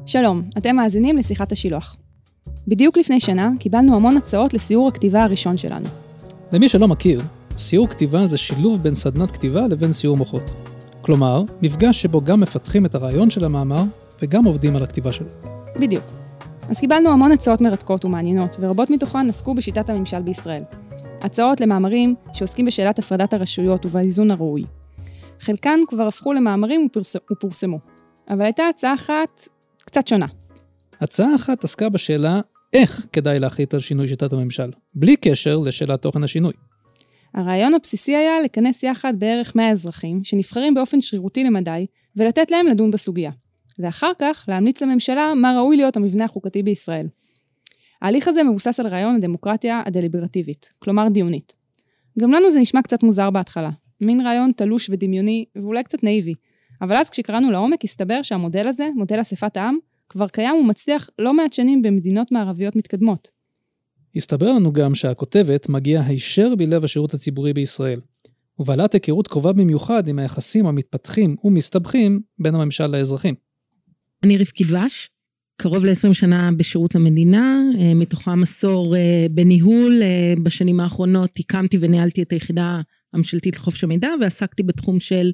שלום, אתם מאזינים לשיחת השילוח. בדיוק לפני שנה קיבלנו המון הצעות לסיור הכתיבה הראשון שלנו. למי שלא מכיר, סיור כתיבה זה שילוב בין סדנת כתיבה לבין סיור מוחות. כלומר, מפגש שבו גם מפתחים את הרעיון של המאמר וגם עובדים על הכתיבה שלו. בדיוק. אז קיבלנו המון הצעות מרתקות ומעניינות, ורבות מתוכן עסקו בשיטת הממשל בישראל. הצעות למאמרים שעוסקים בשאלת הפרדת הרשויות ובאיזון הראוי. חלקן כבר הפכו למאמרים ופורסמו. אבל הייתה הצעה אחת קצת שונה. הצעה אחת עסקה בשאלה איך כדאי להחליט על שינוי שיטת הממשל, בלי קשר לשאלת תוכן השינוי. הרעיון הבסיסי היה לכנס יחד בערך 100 אזרחים שנבחרים באופן שרירותי למדי ולתת להם לדון בסוגיה. ואחר כך להמליץ לממשלה מה ראוי להיות המבנה החוקתי בישראל. ההליך הזה מבוסס על רעיון הדמוקרטיה הדליברטיבית, כלומר דיונית. גם לנו זה נשמע קצת מוזר בהתחלה, מין רעיון תלוש ודמיוני ואולי קצת נאיבי. אבל אז כשקראנו לעומק הסתבר שהמודל הזה, מודל אספת העם, כבר קיים ומצליח לא מעט שנים במדינות מערביות מתקדמות. הסתבר לנו גם שהכותבת מגיעה הישר בלב השירות הציבורי בישראל, ובעלת היכרות קרובה במיוחד עם היחסים המתפתחים ומסתבכים בין הממשל לאזרחים. אני רבקי דבש, קרוב ל-20 שנה בשירות המדינה, מתוכם עשור בניהול, בשנים האחרונות הקמתי וניהלתי את היחידה הממשלתית לחופש המידע, ועסקתי בתחום של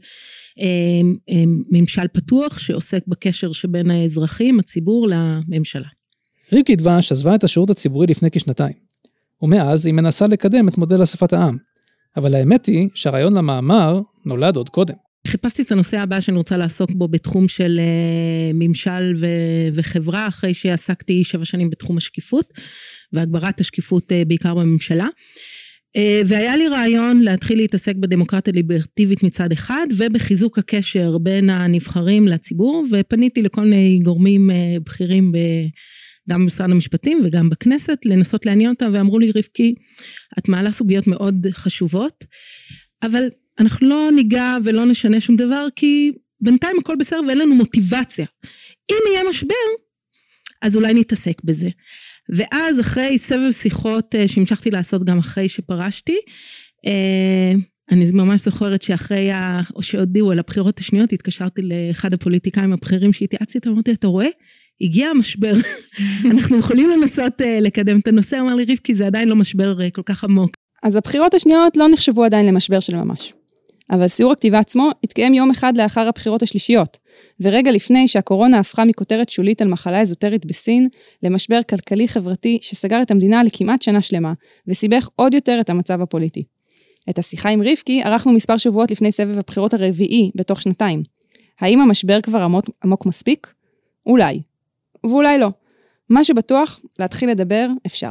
ממשל פתוח, שעוסק בקשר שבין האזרחים, הציבור לממשלה. רבקי דבש עזבה את השירות הציבורי לפני כשנתיים, ומאז היא מנסה לקדם את מודל אספת העם. אבל האמת היא שהרעיון למאמר נולד עוד קודם. חיפשתי את הנושא הבא שאני רוצה לעסוק בו בתחום של ממשל וחברה, אחרי שעסקתי 7 שנים בתחום השקיפות, והגברת השקיפות בעיקר בממשלה. והיה לי רעיון להתחיל להתעסק בדמוקרטיה ליברטיבית מצד אחד, ובחיזוק הקשר בין הנבחרים לציבור, ופניתי לכל מיני גורמים בכירים גם במשרד המשפטים וגם בכנסת, לנסות לעניין אותם, ואמרו לי, רבקי, את מעלה סוגיות מאוד חשובות, אבל אנחנו לא ניגע ולא נשנה שום דבר, כי בינתיים הכל בסדר ואין לנו מוטיבציה. אם יהיה משבר, אז אולי נתעסק בזה. ואז אחרי סבב שיחות שהמשכתי לעשות גם אחרי שפרשתי, אני ממש זוכרת שאחרי שהודיעו על הבחירות השניות, התקשרתי לאחד הפוליטיקאים הבכירים שהתייעצתי איתם, אמרתי, אתה רואה? הגיע המשבר, אנחנו יכולים לנסות לקדם את הנושא, אמר לי רבקי, זה עדיין לא משבר כל כך עמוק. אז הבחירות השניות לא נחשבו עדיין למשבר של ממש. אבל סיור הכתיבה עצמו התקיים יום אחד לאחר הבחירות השלישיות, ורגע לפני שהקורונה הפכה מכותרת שולית על מחלה אזוטרית בסין, למשבר כלכלי-חברתי שסגר את המדינה לכמעט שנה שלמה, וסיבך עוד יותר את המצב הפוליטי. את השיחה עם רבקי ערכנו מספר שבועות לפני סבב הבחירות הרביעי בתוך 2 האם המשבר כבר עמוק מספיק? אולי. ואולי לא. מה שבטוח, להתחיל לדבר אפשר.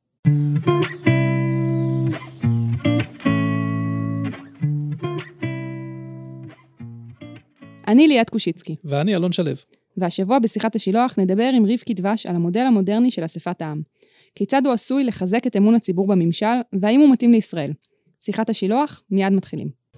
אני ליאת קושיצקי. ואני אלון שלו. והשבוע בשיחת השילוח נדבר עם רבקי דבש על המודל המודרני של אספת העם. כיצד הוא עשוי לחזק את אמון הציבור בממשל, והאם הוא מתאים לישראל. שיחת השילוח, מיד מתחילים.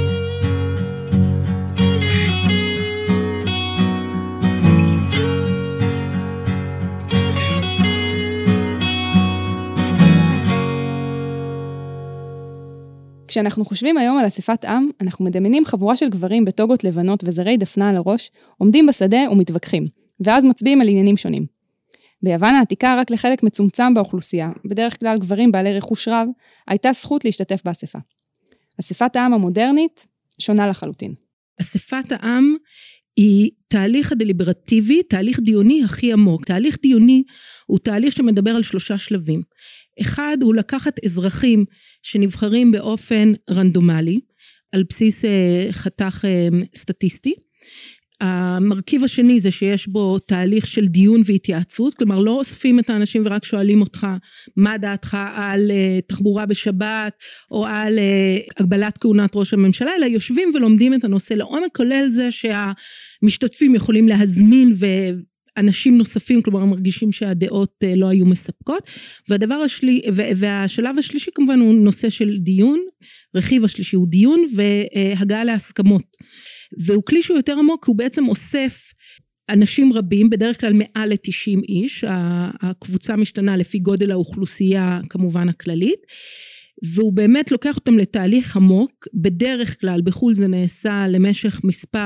כשאנחנו חושבים היום על אספת עם, אנחנו מדמיינים חבורה של גברים בטוגות לבנות וזרי דפנה על הראש, עומדים בשדה ומתווכחים, ואז מצביעים על עניינים שונים. ביוון העתיקה רק לחלק מצומצם באוכלוסייה, בדרך כלל גברים בעלי רכוש רב, הייתה זכות להשתתף באספה. אספת העם המודרנית שונה לחלוטין. אספת העם היא תהליך הדליברטיבי, תהליך דיוני הכי עמוק. תהליך דיוני הוא תהליך שמדבר על 3 שלבים. אחד הוא לקחת אזרחים שנבחרים באופן רנדומלי, על בסיס חתך סטטיסטי. המרכיב השני זה שיש בו תהליך של דיון והתייעצות, כלומר לא אוספים את האנשים ורק שואלים אותך מה דעתך על תחבורה בשבת או על הגבלת כהונת ראש הממשלה, אלא יושבים ולומדים את הנושא לעומק, כולל זה שהמשתתפים יכולים להזמין ואנשים נוספים, כלומר מרגישים שהדעות לא היו מספקות, והשלב השלישי כמובן הוא נושא של דיון, רכיב השלישי הוא דיון והגעה להסכמות. והוא כלי שהוא יותר עמוק, הוא בעצם אוסף אנשים רבים, בדרך כלל מעל ל-90 איש, הקבוצה משתנה לפי גודל האוכלוסייה כמובן הכללית, והוא באמת לוקח אותם לתהליך עמוק, בדרך כלל בחול זה נעשה למשך מספר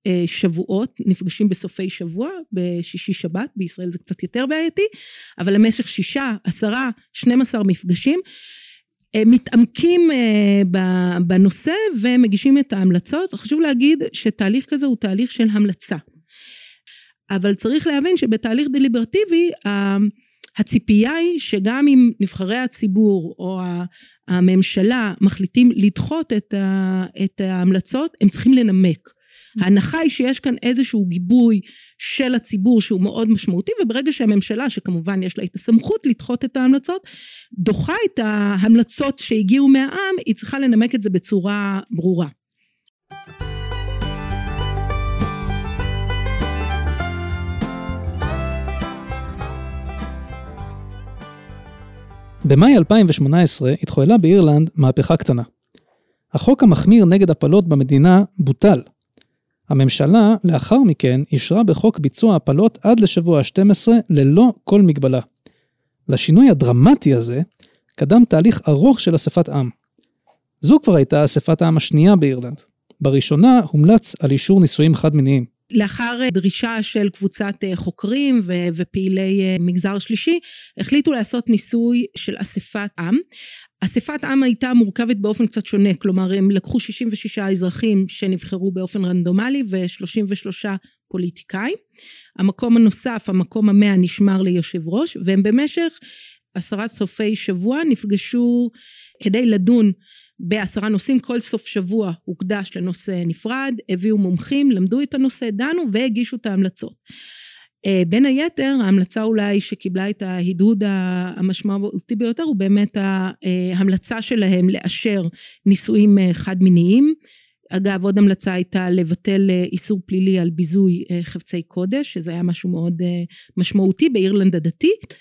שבועות, נפגשים בסופי שבוע, בשישי שבת, בישראל זה קצת יותר בעייתי, אבל למשך 6, 10, 12 מפגשים, מתעמקים בנושא ומגישים את ההמלצות. חשוב להגיד שתהליך כזה הוא תהליך של המלצה, אבל צריך להבין שבתהליך דליברטיבי הציפייה היא שגם אם נבחרי הציבור או הממשלה מחליטים לדחות את ההמלצות, הם צריכים לנמק. ההנחה היא שיש כאן איזשהו גיבוי של הציבור שהוא מאוד משמעותי, וברגע שהממשלה, שכמובן יש לה את הסמכות לדחות את ההמלצות, דוחה את ההמלצות שהגיעו מהעם, היא צריכה לנמק את זה בצורה ברורה. במאי 2018 התחוללה באירלנד מהפכה קטנה. החוק המחמיר נגד הפלות במדינה בוטל. הממשלה לאחר מכן אישרה בחוק ביצוע הפלות עד לשבוע 12 ללא כל מגבלה. לשינוי הדרמטי הזה קדם תהליך ארוך של אספת עם. זו כבר הייתה אספת העם השנייה באירלנד. בראשונה הומלץ על אישור נישואים חד מיניים. לאחר דרישה של קבוצת חוקרים ופעילי מגזר שלישי, החליטו לעשות ניסוי של אספת עם. אספת עם הייתה מורכבת באופן קצת שונה, כלומר הם לקחו 66 אזרחים שנבחרו באופן רנדומלי ו33 פוליטיקאים. המקום הנוסף, המקום 100 נשמר ליושב ראש, והם במשך 10 סופי שבוע נפגשו כדי לדון ב10 נושאים. כל סוף שבוע הוקדש לנושא נפרד, הביאו מומחים, למדו את הנושא, דנו והגישו את ההמלצות. בין היתר, ההמלצה אולי שקיבלה את ההדהוד המשמעותי ביותר, הוא באמת ההמלצה שלהם לאשר נישואים חד מיניים. אגב, עוד המלצה הייתה לבטל איסור פלילי על ביזוי חפצי קודש, שזה היה משהו מאוד משמעותי באירלנד הדתית.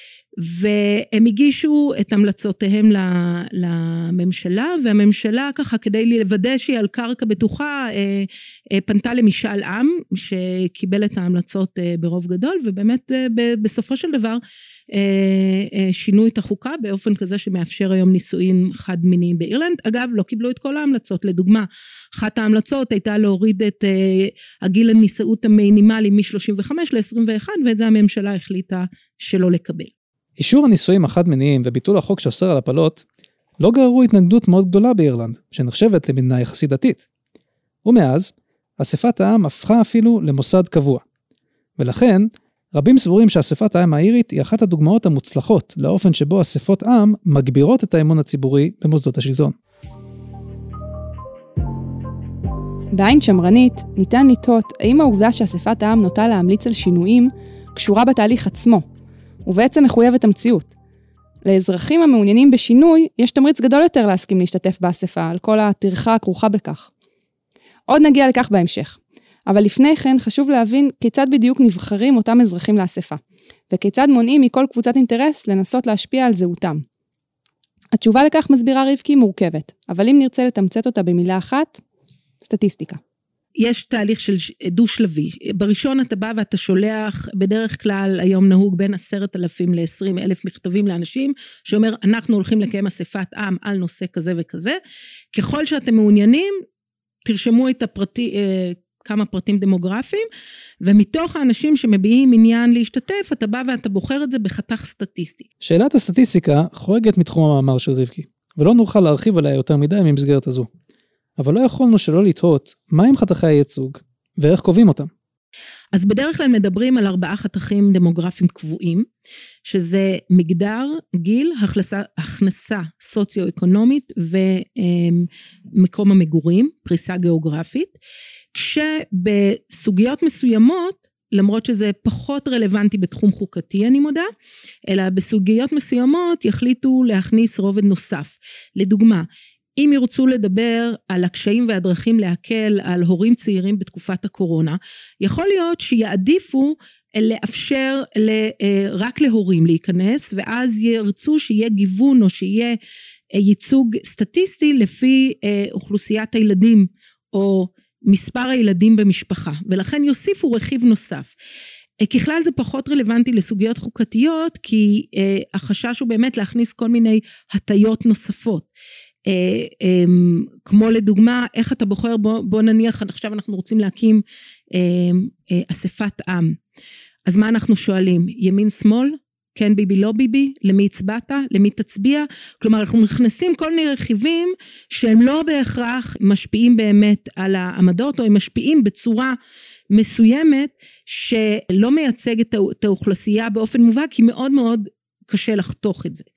והם הגישו את המלצותיהם לממשלה, והממשלה ככה כדי לוודא שהיא על קרקע בטוחה, פנתה למשאל עם שקיבל את ההמלצות ברוב גדול, ובאמת בסופו של דבר שינו את החוקה באופן כזה שמאפשר היום נישואים חד מיניים באירלנד. אגב, לא קיבלו את כל ההמלצות. לדוגמה, אחת ההמלצות הייתה להוריד את הגיל הנישאות המינימלי מ-35 ל-21, ואת זה הממשלה החליטה שלא לקבל. אישור הנישואים החד מיניים וביטול החוק שאוסר על הפלות לא גררו התנגדות מאוד גדולה באירלנד, שנחשבת למדינה יחסית דתית. ומאז, אספת העם הפכה אפילו למוסד קבוע. ולכן, רבים סבורים שאספת העם האירית היא אחת הדוגמאות המוצלחות לאופן שבו אספות עם מגבירות את האמון הציבורי במוסדות השלטון. בעין שמרנית ניתן לטעות האם העובדה שאספת העם נוטה להמליץ על שינויים קשורה בתהליך עצמו, ובעצם מחויבת המציאות. לאזרחים המעוניינים בשינוי, יש תמריץ גדול יותר להסכים להשתתף באספה, על כל הטרחה הכרוכה בכך. עוד נגיע לכך בהמשך. אבל לפני כן חשוב להבין כיצד בדיוק נבחרים אותם אזרחים לאספה, וכיצד מונעים מכל קבוצת אינטרס לנסות להשפיע על זהותם. התשובה לכך מסבירה רבקי מורכבת, אבל אם נרצה לתמצת אותה במילה אחת, סטטיסטיקה. יש תהליך של דו שלבי. בראשון אתה בא ואתה שולח, בדרך כלל היום נהוג בין 10,000 ל-20,000 מכתבים לאנשים, שאומר אנחנו הולכים לקיים אספת עם על נושא כזה וכזה. ככל שאתם מעוניינים, תרשמו את כמה פרטים דמוגרפיים, ומתוך האנשים שמביעים עניין להשתתף, אתה בא ואתה בוחר את זה בחתך סטטיסטי. שאלת הסטטיסטיקה חורגת מתחום המאמר של רבקי, ולא נוכל להרחיב עליה יותר מדי ממסגרת הזו. אבל לא יכולנו שלא לתהות מהם חתכי הייצוג, ואיך קובעים אותם. אז בדרך כלל מדברים על 4 חתכים דמוגרפיים קבועים, שזה מגדר, גיל, הכנסה סוציו-אקונומית ומקום המגורים, פריסה גיאוגרפית, כשבסוגיות מסוימות, למרות שזה פחות רלוונטי בתחום חוקתי אני מודה, אלא בסוגיות מסוימות יחליטו להכניס רובד נוסף. לדוגמה, אם ירצו לדבר על הקשיים והדרכים להקל על הורים צעירים בתקופת הקורונה, יכול להיות שיעדיפו לאפשר רק להורים להיכנס, ואז ירצו שיהיה גיוון או שיהיה ייצוג סטטיסטי לפי אוכלוסיית הילדים או מספר הילדים במשפחה, ולכן יוסיפו רכיב נוסף. ככלל זה פחות רלוונטי לסוגיות חוקתיות, כי החשש הוא באמת להכניס כל מיני הטיות נוספות. כמו לדוגמה, איך אתה בוחר, בוא נניח, עכשיו אנחנו רוצים להקים אספת עם. אז מה אנחנו שואלים? ימין שמאל? כן ביבי לא ביבי? למי הצבעת? למי תצביע? כלומר אנחנו נכנסים כל מיני רכיבים שהם לא בהכרח משפיעים באמת על העמדות, או הם משפיעים בצורה מסוימת שלא מייצג את האוכלוסייה באופן מובהק, כי מאוד מאוד קשה לחתוך את זה.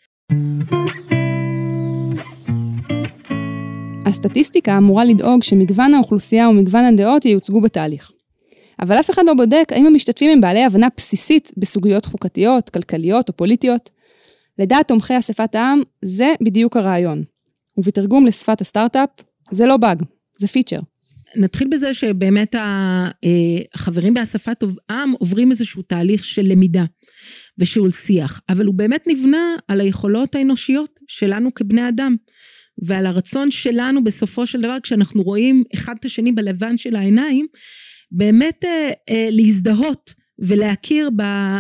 הסטטיסטיקה אמורה לדאוג שמגוון האוכלוסייה ומגוון הדעות ייוצגו בתהליך. אבל אף אחד לא בודק האם המשתתפים הם בעלי הבנה בסיסית בסוגיות חוקתיות, כלכליות או פוליטיות. לדעת תומכי אספת העם, זה בדיוק הרעיון. ובתרגום לשפת הסטארט-אפ, זה לא באג, זה פיצ'ר. נתחיל בזה שבאמת החברים באספת העם עוברים איזשהו תהליך של למידה ושל שיח, אבל הוא באמת נבנה על היכולות האנושיות שלנו כבני אדם, ועל הרצון שלנו בסופו של דבר, כשאנחנו רואים אחד את השני בלבן של העיניים, באמת להזדהות ולהכיר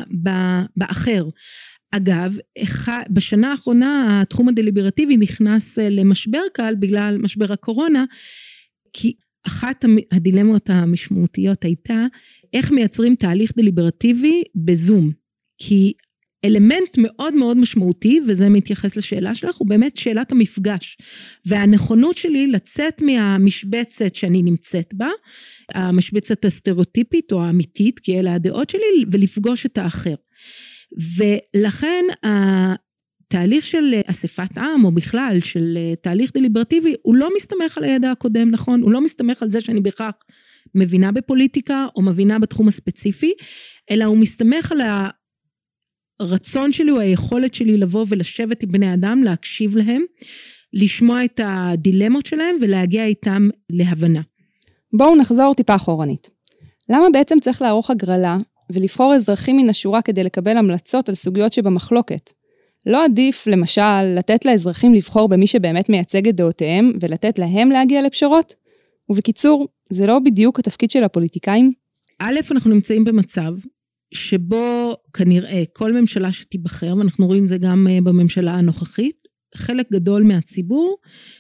באחר. אגב, בשנה האחרונה התחום הדליברטיבי נכנס למשבר קל בגלל משבר הקורונה, כי אחת הדילמות המשמעותיות הייתה איך מייצרים תהליך דליברטיבי בזום, כי אלמנט מאוד מאוד משמעותי, וזה מתייחס לשאלה שלך, הוא באמת שאלת המפגש, והנכונות שלי לצאת מהמשבצת שאני נמצאת בה, המשבצת הסטריאוטיפית או האמיתית, כי אלה הדעות שלי, ולפגוש את האחר. ולכן התהליך של אספת עם, או בכלל של תהליך דליברטיבי, הוא לא מסתמך על הידע הקודם, נכון? הוא לא מסתמך על זה שאני בכך מבינה בפוליטיקה, או מבינה בתחום הספציפי, אלא הוא מסתמך על הרצון שלי או היכולת שלי לבוא ולשבת עם בני אדם, להקשיב להם, לשמוע את הדילמות שלהם ולהגיע איתם להבנה. בואו נחזור טיפה אחורנית. למה בעצם צריך לערוך הגרלה ולבחור אזרחים מן השורה כדי לקבל המלצות על סוגיות שבמחלוקת? לא עדיף, למשל, לתת לאזרחים לבחור במי שבאמת מייצג את דעותיהם ולתת להם להגיע לפשרות? ובקיצור, זה לא בדיוק התפקיד של הפוליטיקאים? א', אנחנו נמצאים במצב שבו כנראה כל ממשלה שתיבחר, ואנחנו רואים זה גם בממשלה הנוכחית, חלק גדול מהציבור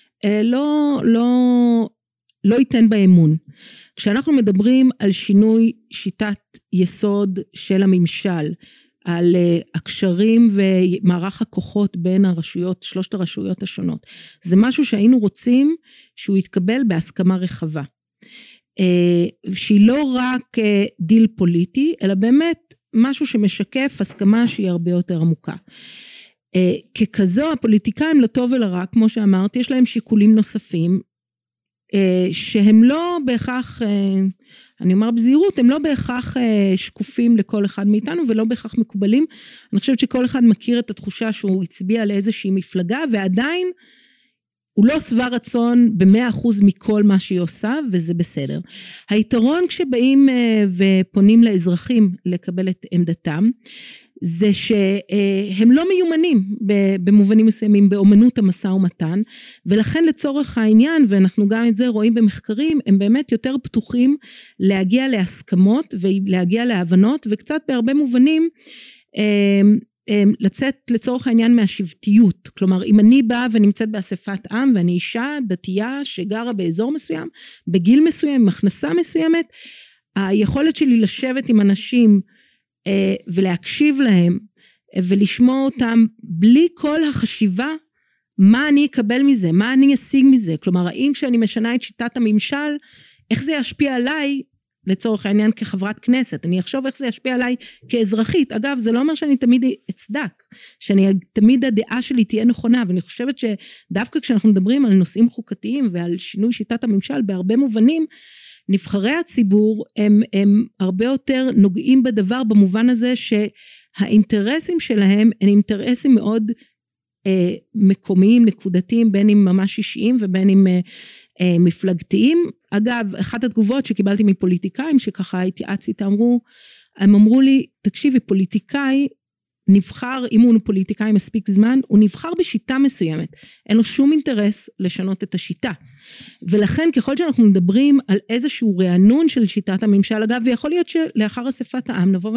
לא ייתן באמון. כשאנחנו מדברים על שינוי שיטת יסוד של הממשל, על הקשרים ומערך הכוחות בין הרשויות, שלושת הרשויות השונות, זה משהו שהיינו רוצים שהוא יתקבל בהסכמה רחבה. שהיא לא רק דיל פוליטי, אלא באמת משהו שמשקף הסכמה שהיא הרבה יותר עמוקה. ככזו הפוליטיקאים לטוב ולרע, כמו שאמרתי, יש להם שיקולים נוספים, שהם לא בהכרח, אני אומר בזהירות, הם לא בהכרח שקופים לכל אחד מאיתנו, ולא בהכרח מקובלים. אני חושבת שכל אחד מכיר את התחושה שהוא הצביע לאיזושהי מפלגה, ועדיין הוא לא שבע רצון ב100% מכל מה שהיא עושה, וזה בסדר. היתרון כשבאים ופונים לאזרחים לקבל את עמדתם, זה שהם לא מיומנים במובנים מסוימים באומנות המשא ומתן, ולכן לצורך העניין, ואנחנו גם את זה רואים במחקרים, הם באמת יותר פתוחים להגיע להסכמות ולהגיע להבנות, וקצת בהרבה מובנים לצאת לצורך העניין מהשבטיות. כלומר, אם אני באה ונמצאת באספת עם, ואני אישה דתייה שגרה באזור מסוים, בגיל מסוים, עם הכנסה מסוימת, היכולת שלי לשבת עם אנשים ולהקשיב להם ולשמוע אותם בלי כל החשיבה מה אני אקבל מזה, מה אני אשיג מזה. כלומר, האם כשאני משנה את שיטת הממשל, איך זה ישפיע עליי לצורך העניין כחברת כנסת, אני אחשוב איך זה ישפיע עליי כאזרחית. אגב, זה לא אומר שאני תמיד אצדק, תמיד הדעה שלי תהיה נכונה, ואני חושבת שדווקא כשאנחנו מדברים על נושאים חוקתיים ועל שינוי שיטת הממשל, בהרבה מובנים, נבחרי הציבור הם הרבה יותר נוגעים בדבר, במובן הזה שהאינטרסים שלהם הם אינטרסים מאוד מקומיים, נקודתיים, בין אם ממש אישיים ובין אם מפלגתיים. אגב, אחת התגובות שקיבלתי מפוליטיקאים שככה התייעצתי, הם אמרו לי, תקשיבי, פוליטיקאי נבחר, אם הוא פוליטיקאי מספיק זמן, הוא נבחר בשיטה מסוימת, אין לו שום אינטרס לשנות את השיטה, ולכן ככל שאנחנו מדברים על איזשהו רענון של שיטת הממשל, אגב, ויכול להיות שלאחר אספת העם נבוא ונגיד,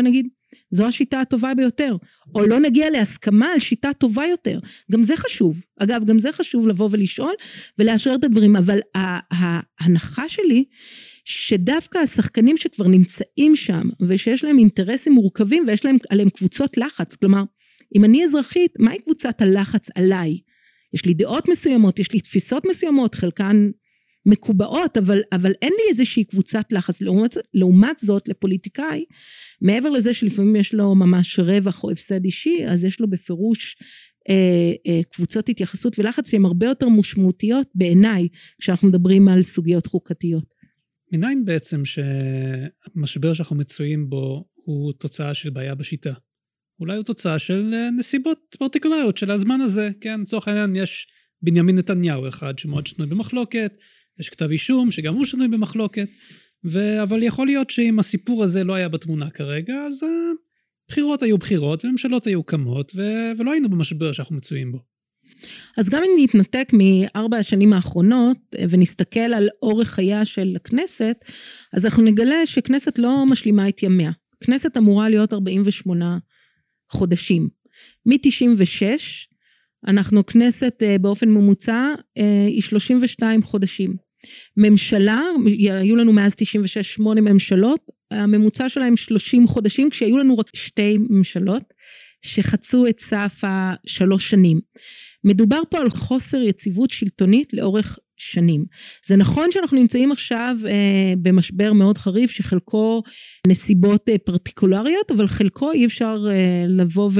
זו השיטה הטובה ביותר, או לא נגיע להסכמה על שיטה טובה יותר, גם זה חשוב, אגב גם זה חשוב לבוא ולשאול ולאשר את הדברים, אבל ההנחה שלי שדווקא השחקנים שכבר נמצאים שם ושיש להם אינטרסים מורכבים ויש להם עליהם קבוצות לחץ, כלומר אם אני אזרחית, מהי קבוצת הלחץ עליי? יש לי דעות מסוימות, יש לי תפיסות מסוימות, חלקן מקובעות, אבל אין לי איזושהי קבוצת לחץ, לעומת זאת לפוליטיקאי, מעבר לזה שלפעמים יש לו ממש רווח או הפסד אישי, אז יש לו בפירוש קבוצות התייחסות ולחץ, שהן הרבה יותר משמעותיות בעיניי, כשאנחנו מדברים על סוגיות חוקתיות. מניין בעצם שהמשבר שאנחנו מצויים בו, הוא תוצאה של בעיה בשיטה? אולי הוא תוצאה של נסיבות פרטיקולריות של הזמן הזה, כן, צורך העניין יש בנימין נתניהו אחד שמאוד שנוי במחלוקת, יש כתב אישום שגם הוא שנוי במחלוקת, אבל יכול להיות שאם הסיפור הזה לא היה בתמונה כרגע, אז בחירות היו בחירות וממשלות היו קמות, ולא היינו במשבר שאנחנו מצויים בו. אז גם אם נתנתק מ4 השנים האחרונות ונסתכל על אורך חייה של הכנסת, אז אנחנו נגלה שכנסת לא משלימה את ימיה. כנסת אמורה להיות 48 חודשים. מ-96 אנחנו כנסת באופן ממוצע היא 32 חודשים. ממשלה, היו לנו מאז 96 8 ממשלות, הממוצע שלהם 30 חודשים, כשהיו לנו רק 2 ממשלות שחצו את סף 3 שנים. מדובר פה על חוסר יציבות שלטונית לאורך שנים. זה נכון שאנחנו נמצאים עכשיו במשבר מאוד חריף, שחלקו נסיבות פרטיקולריות, אבל חלקו אי אפשר לבוא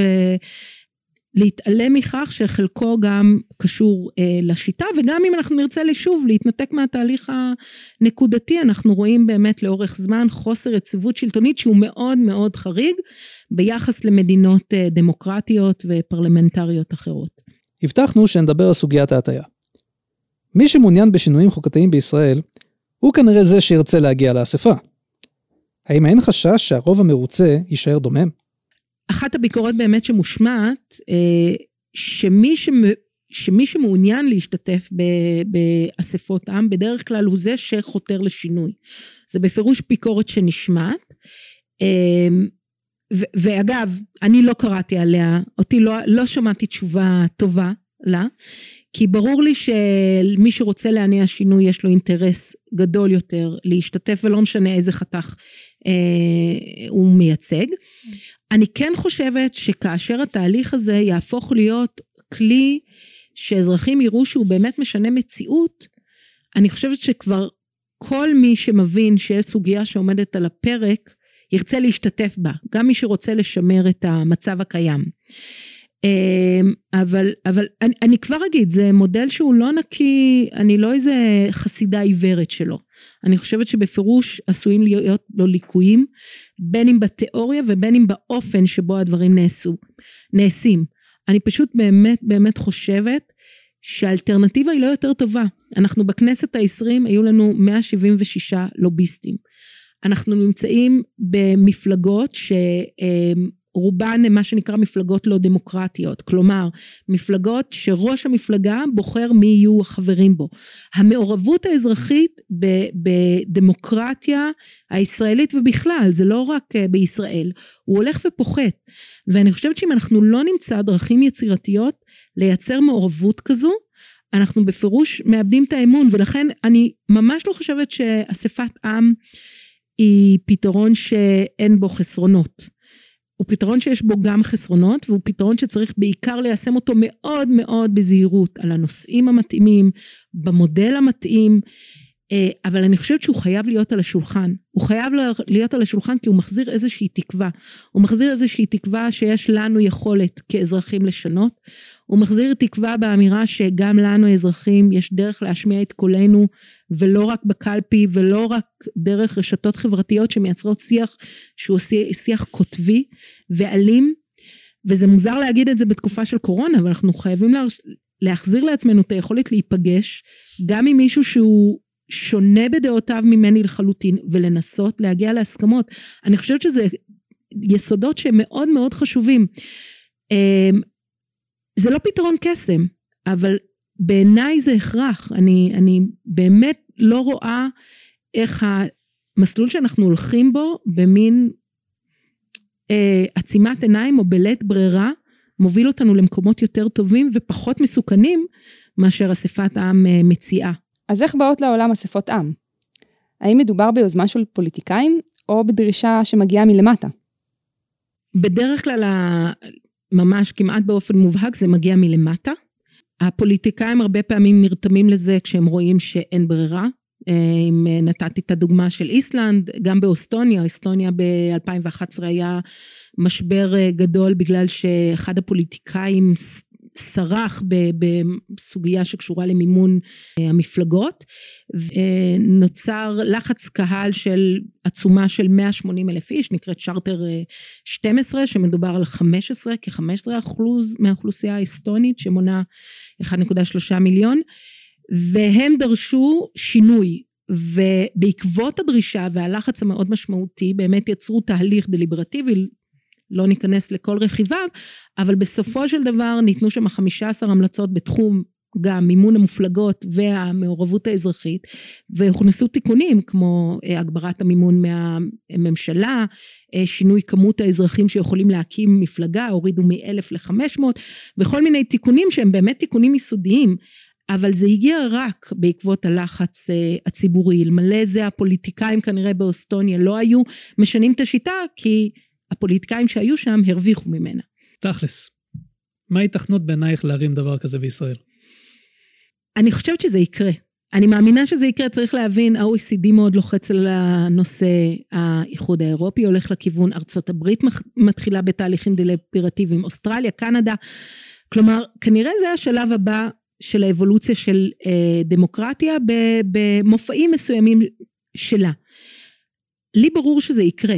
להתעלם מכך שחלקו גם קשור לשיטה, וגם אם אנחנו נרצה לשוב להתנתק מהתהליך הנקודתי, אנחנו רואים באמת לאורך זמן חוסר יציבות שלטונית שהוא מאוד מאוד חריג ביחס למדינות דמוקרטיות ופרלמנטריות אחרות. הבטחנו שנדבר על סוגיית ההטיה. מי שמעוניין בשינויים חוקתיים בישראל, הוא כנראה זה שירצה להגיע לאספה. האם אין חשש שהרוב המרוצה יישאר דומם? אחת הביקורות באמת שמושמעת, שמי שמעוניין להשתתף באספות עם, בדרך כלל הוא זה שחותר לשינוי. זה בפירוש ביקורת שנשמעת, ואגב, אני לא קראתי עליה, אותי לא שמעתי תשובה טובה לה, כי ברור לי שמי שרוצה להניע שינוי יש לו אינטרס גדול יותר להשתתף, ולא משנה איזה חתך הוא מייצג. אני כן חושבת שכאשר התהליך הזה יהפוך להיות כלי שאזרחים יראו שהוא באמת משנה מציאות, אני חושבת שכבר כל מי שמבין שיש סוגיה שעומדת על הפרק, ירצה להשתתף בה, גם מי שרוצה לשמר את המצב הקיים. אבל אני כבר אגיד, זה מודל שהוא לא נקי, אני לא איזה חסידה עיוורת שלו. אני חושבת שבפירוש עשויים להיות לו ליקויים, בין אם בתיאוריה ובין אם באופן שבו הדברים נעשים. אני פשוט באמת חושבת שהאלטרנטיבה היא לא יותר טובה. אנחנו בכנסת ה-20 היו לנו 176 לוביסטים. אנחנו נמצאים במפלגות רובן מה שנקרא מפלגות לא דמוקרטיות, כלומר מפלגות שראש המפלגה בוחר מי יהיו החברים בו. המעורבות האזרחית בדמוקרטיה הישראלית ובכלל, זה לא רק בישראל, הוא הולך ופוחת, ואני חושבת שאם אנחנו לא נמצא דרכים יצירתיות לייצר מעורבות כזו, אנחנו בפירוש מאבדים את האמון, ולכן אני ממש לא חושבת שאספת עם היא פתרון שאין בו חסרונות. הוא פתרון שיש בו גם חסרונות, והוא פתרון שצריך בעיקר ליישם אותו מאוד מאוד בזהירות, על הנושאים המתאימים, במודל המתאים, אבל אני חושבת שהוא חייב להיות על השולחן, הוא חייב להיות על השולחן כי הוא מחזיר איזושהי תקווה, הוא מחזיר איזושהי תקווה שיש לנו יכולת כאזרחים לשנות, הוא מחזיר תקווה באמירה שגם לנו האזרחים יש דרך להשמיע את קולנו, ולא רק בקלפי ולא רק דרך רשתות חברתיות שמייצרות שיח שהוא שיח כותבי ואלים, וזה מוזר להגיד את זה בתקופה של קורונה, אבל אנחנו חייבים להחזיר לעצמנו את היכולת להיפגש, גם עם מישהו שהוא שונה בדעותיו ממני לחלוטין, ולנסות להגיע להסכמות. אני חושבת שזה יסודות שהם מאוד מאוד חשובים. זה לא פתרון קסם, אבל בעיניי זה הכרח. אני באמת לא רואה איך המסלול שאנחנו הולכים בו, במין עצימת עיניים או בלית ברירה, מוביל אותנו למקומות יותר טובים ופחות מסוכנים, מאשר אספת העם מציעה. אז איך באות לעולם אספות עם? האם מדובר ביוזמה של פוליטיקאים, או בדרישה שמגיעה מלמטה? בדרך כלל, ממש כמעט באופן מובהק, זה מגיע מלמטה. הפוליטיקאים הרבה פעמים נרתמים לזה, כשהם רואים שאין ברירה. אם נתתי את הדוגמה של איסלנד, גם באוסטוניה, אסטוניה ב-2011 היה משבר גדול, בגלל שאחד הפוליטיקאים שרח בסוגיה שקשורה למימון המפלגות, ונוצר לחץ קהל של עצומה של 180,000 איש, נקראת צ'רטר 12, שמדובר על כ-15% מהאוכלוסייה האסטונית, שמונה 1.3 מיליון, והם דרשו שינוי, ובעקבות הדרישה והלחץ המאוד משמעותי, באמת יצרו תהליך דליברטיבי, לא ניכנס לכל רכיביו, אבל בסופו של דבר ניתנו שם 15 המלצות בתחום גם מימון המופלגות והמעורבות האזרחית, והוכנסו תיקונים כמו הגברת המימון מהממשלה, שינוי כמות האזרחים שיכולים להקים מפלגה, הורידו מ-1,000 ל-500, וכל מיני תיקונים שהם באמת תיקונים יסודיים, אבל זה הגיע רק בעקבות הלחץ הציבורי, אלמלא זה הפוליטיקאים כנראה באוסטוניה לא היו משנים את השיטה, כי הפוליטיקאים שהיו שם הרוויחו ממנה. תכלס, מה ההיתכנות בעינייך להרים דבר כזה בישראל? אני חושבת שזה יקרה. אני מאמינה שזה יקרה, צריך להבין, ה-OECD מאוד לוחץ על הנושא, האיחוד האירופי הולך לכיוון, ארצות הברית מתחילה בתהליכים דליברטיביים, אוסטרליה, קנדה, כלומר, כנראה זה השלב הבא של האבולוציה של דמוקרטיה, במופעים מסוימים שלה. לי ברור שזה יקרה.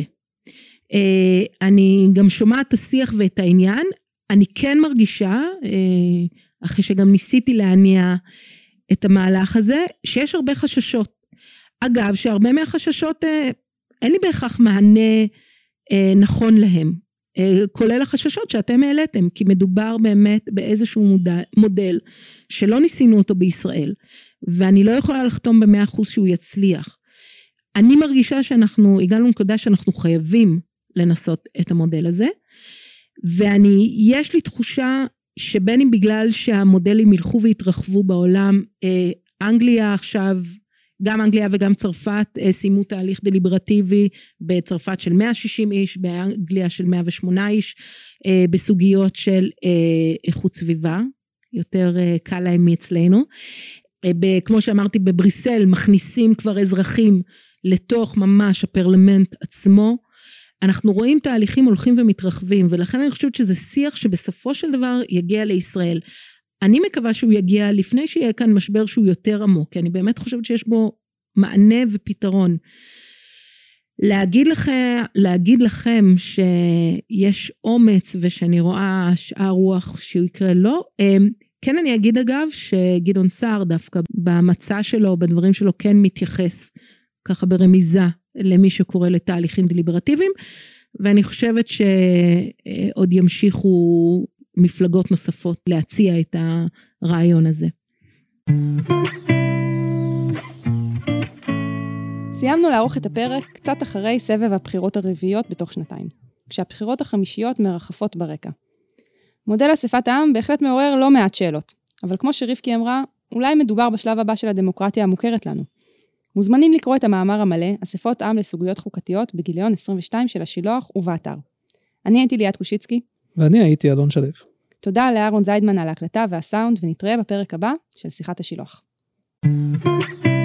אני גם שומעת את השיח ואת העניין, אני כן מרגישה, אחרי שגם ניסיתי להניע את המהלך הזה, שיש הרבה חששות. אגב, שהרבה מהחששות, אין לי בהכרח מענה נכון להם, כולל החששות שאתם העליתם, כי מדובר באמת באיזשהו מודל, שלא ניסינו אותו בישראל, ואני לא יכולה לחתום ב100% שהוא יצליח. אני מרגישה שאנחנו, הגענו לנקודה שאנחנו חייבים לנסות את המודל הזה, יש לי תחושה שבין אם בגלל שהמודלים ילכו והתרחבו בעולם, אנגליה עכשיו, גם אנגליה וגם צרפת סיימו תהליך דליברטיבי, בצרפת של 160 איש, באנגליה של 108 איש, בסוגיות של איכות סביבה, יותר קל להם מאצלנו, כמו שאמרתי בבריסל, מכניסים כבר אזרחים לתוך ממש הפרלמנט עצמו, אנחנו רואים תהליכים הולכים ומתרחבים, ולכן אני חושבת שזה שיח שבסופו של דבר יגיע לישראל. אני מקווה שהוא יגיע לפני שיהיה כאן משבר שהוא יותר עמוק, כי אני באמת חושבת שיש בו מענה ופתרון. להגיד לכם שיש אומץ, ושאני רואה שאר רוח שהוא יקרה לא, כן אני אגיד אגב, שגדעון סער דווקא במצע שלו, בדברים שלו כן מתייחס, ככה ברמיזה, למי שקורא לתהליכים דליברטיביים, ואני חושבת שעוד ימשיכו מפלגות נוספות להציע את הרעיון הזה. סיימנו לערוך את הפרק קצת אחרי סבב הבחירות הרביעיות בתוך שנתיים, כשהבחירות החמישיות מרחפות ברקע. מודל אספת העם בהחלט מעורר לא מעט שאלות, אבל כמו שרבקי אמרה, אולי מדובר בשלב הבא של הדמוקרטיה המוכרת לנו. מוזמנים לקרוא את המאמר המלא, אספות עם לסוגיות חוקתיות, בגיליון 22 של השילוח ובאתר. אני הייתי ליאת קושיצקי. ואני הייתי אלון שלו. תודה לאהרון זיידמן על ההקלטה והסאונד, ונתראה בפרק הבא של שיחת השילוח.